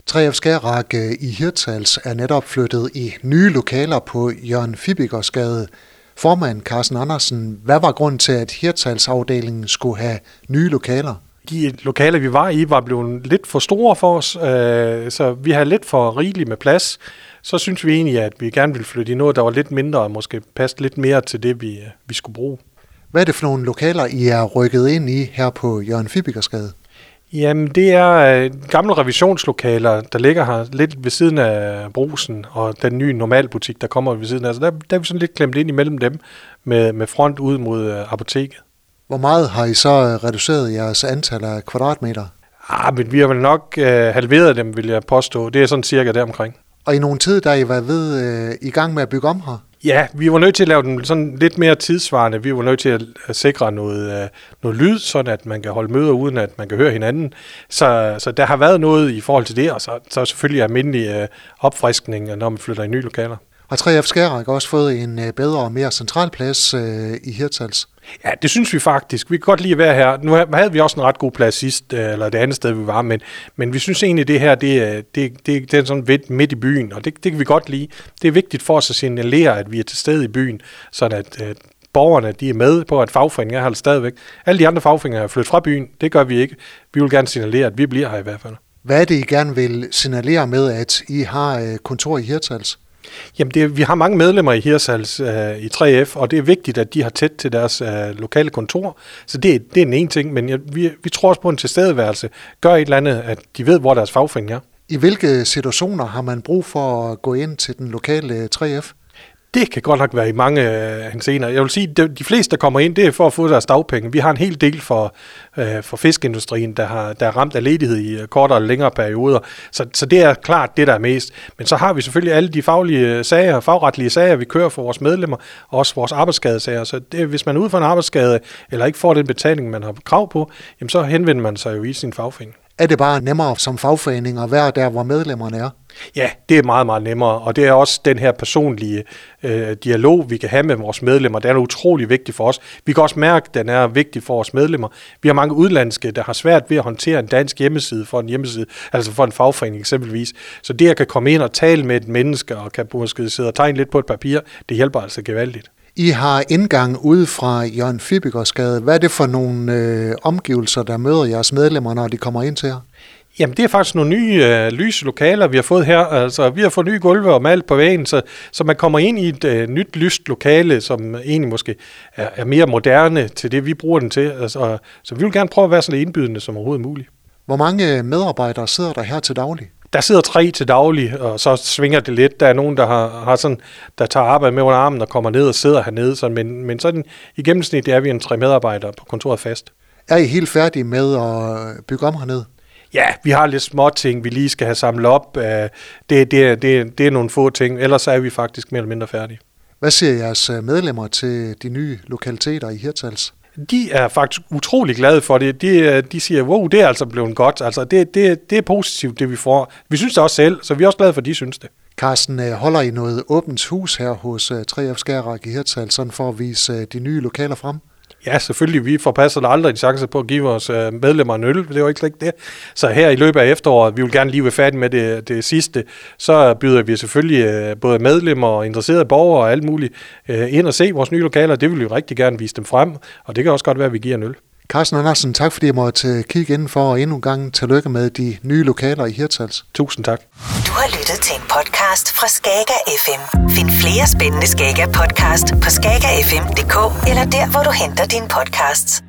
3F Skagerrak i Hirtshals er netop flyttet i nye lokaler på Jørgen Fibiggers Gade. Formand Carsten Andersen, hvad var grunden til, at Hirtshals-afdelingen skulle have nye lokaler? De lokaler, vi var i, var blevet lidt for store for os, så vi havde lidt for rigeligt med plads. Så synes vi egentlig, at vi gerne ville flytte i noget, der var lidt mindre og måske passe lidt mere til det, vi skulle bruge. Hvad er det for nogle lokaler, I er rykket ind i her på Jørgen Fibiggers Gade? Jamen, det er gamle revisionslokaler, der ligger her lidt ved siden af Brugsen og den nye normalbutik, der kommer ved siden af. Så der er vi sådan lidt klemt ind imellem dem med front ud mod apoteket. Hvor meget har I så reduceret jeres antal af kvadratmeter? Men vi har vel nok halveret dem, vil jeg påstå. Det er sådan cirka deromkring. Og i nogle tid, der I været ved i gang med at bygge om her? Ja, vi var nødt til at lave den sådan lidt mere tidsvarende. Vi var nødt til at sikre noget lyd, sådan at man kan holde møder, uden at man kan høre hinanden. Så der har været noget i forhold til det, og så selvfølgelig almindelig opfriskning, når man flytter i nye lokaler. Har 3F Skagerrak også fået en bedre og mere central plads i Hirtshals? Ja, det synes vi faktisk. Vi kan godt lide at være her. Nu havde vi også en ret god plads sidst, eller det andet sted, vi var, men vi synes egentlig, det her det er sådan midt i byen, og det kan vi godt lide. Det er vigtigt for os at signalere, at vi er til stede i byen, så at borgerne de er med på, at fagforeninger er her stadigvæk. Alle de andre fagforeninger er flyttet fra byen. Det gør vi ikke. Vi vil gerne signalere, at vi bliver her i hvert fald. Hvad er det, I gerne vil signalere med, at I har kontor i Hirtshals? Jamen, vi har mange medlemmer i Hirtshals i 3F, og det er vigtigt, at de har tæt til deres lokale kontor. Så det er den ene ting, men vi tror også på en tilstedeværelse. Gør et eller andet, at de ved, hvor deres fagforening er. I hvilke situationer har man brug for at gå ind til den lokale 3F? Det kan godt nok være i mange henseender. Jeg vil sige, at de fleste, der kommer ind, det er for at få deres dagpenge. Vi har en hel del for fiskeindustrien, der er ramt af ledighed i kortere og længere perioder. Så det er klart det, der er mest. Men så har vi selvfølgelig alle de faglige sager, fagretlige sager, vi kører for vores medlemmer, og også vores arbejdsskadesager. Så hvis man er ude for en arbejdsskade, eller ikke får den betaling, man har krav på, jamen så henvender man sig jo i sin fagforening. Er det bare nemmere som fagforening at være der, hvor medlemmerne er? Ja, det er meget, meget nemmere, og det er også den her personlige dialog, vi kan have med vores medlemmer. Den er utrolig vigtig for os. Vi kan også mærke, at den er vigtig for vores medlemmer. Vi har mange udlandske, der har svært ved at håndtere en dansk hjemmeside for en hjemmeside, altså for en fagforening eksempelvis. Så det at kan komme ind og tale med et menneske, og kan måske sidde og tegne lidt på et papir, det hjælper altså gevaldigt. I har indgang ude fra Jørgen Fibiggers Gade. Hvad er det for nogle omgivelser, der møder jeres medlemmer, når de kommer ind til jer? Jamen, det er faktisk nogle nye lyse lokaler, vi har fået her. Altså, vi har fået nye gulve og malt på væggen, så man kommer ind i et nyt lyst lokale, som egentlig måske er mere moderne til det, vi bruger den til. Altså, så vi vil gerne prøve at være så indbydende som overhovedet muligt. Hvor mange medarbejdere sidder der her til daglig? Der sidder 3 til daglig, og så svinger det lidt. Der er nogen, der har sådan, der tager arbejde med under armen og kommer ned og sidder hernede. Så, men sådan i gennemsnit er vi en 3 medarbejdere på kontoret fast. Er I helt færdige med at bygge om hernede? Ja, vi har lidt små ting, vi lige skal have samlet op. Det er nogle få ting, ellers er vi faktisk mere eller mindre færdige. Hvad siger jeres medlemmer til de nye lokaliteter i Hirtshals? De er faktisk utrolig glade for det. De siger, wow, det er altså blevet godt. Altså, det er positivt, det vi får. Vi synes det også selv, så vi er også glade for, at de synes det. Carsten, holder I noget åbent hus her hos 3F Skagerrak i Hirtshals, sådan for at vise de nye lokaler frem? Ja, selvfølgelig. Vi forpasser der aldrig en chance på at give vores medlemmer en øl. Det var ikke slet ikke det. Så her i løbet af efteråret, vi vil gerne lige være færdige med det sidste, så byder vi selvfølgelig både medlemmer og interesserede borgere og alt muligt ind og se vores nye lokaler. Det vil vi rigtig gerne vise dem frem, og det kan også godt være, at vi giver en øl. Carsten Andersen, tak fordi jeg måtte kigge indenfor, og endnu en gang tillykke med de nye lokaler i Hirtshals. Tusind tak. Du har lyttet til en podcast fra Skager FM. Find flere spændende Skager podcast på skagerfm.dk eller der, hvor du henter dine podcasts.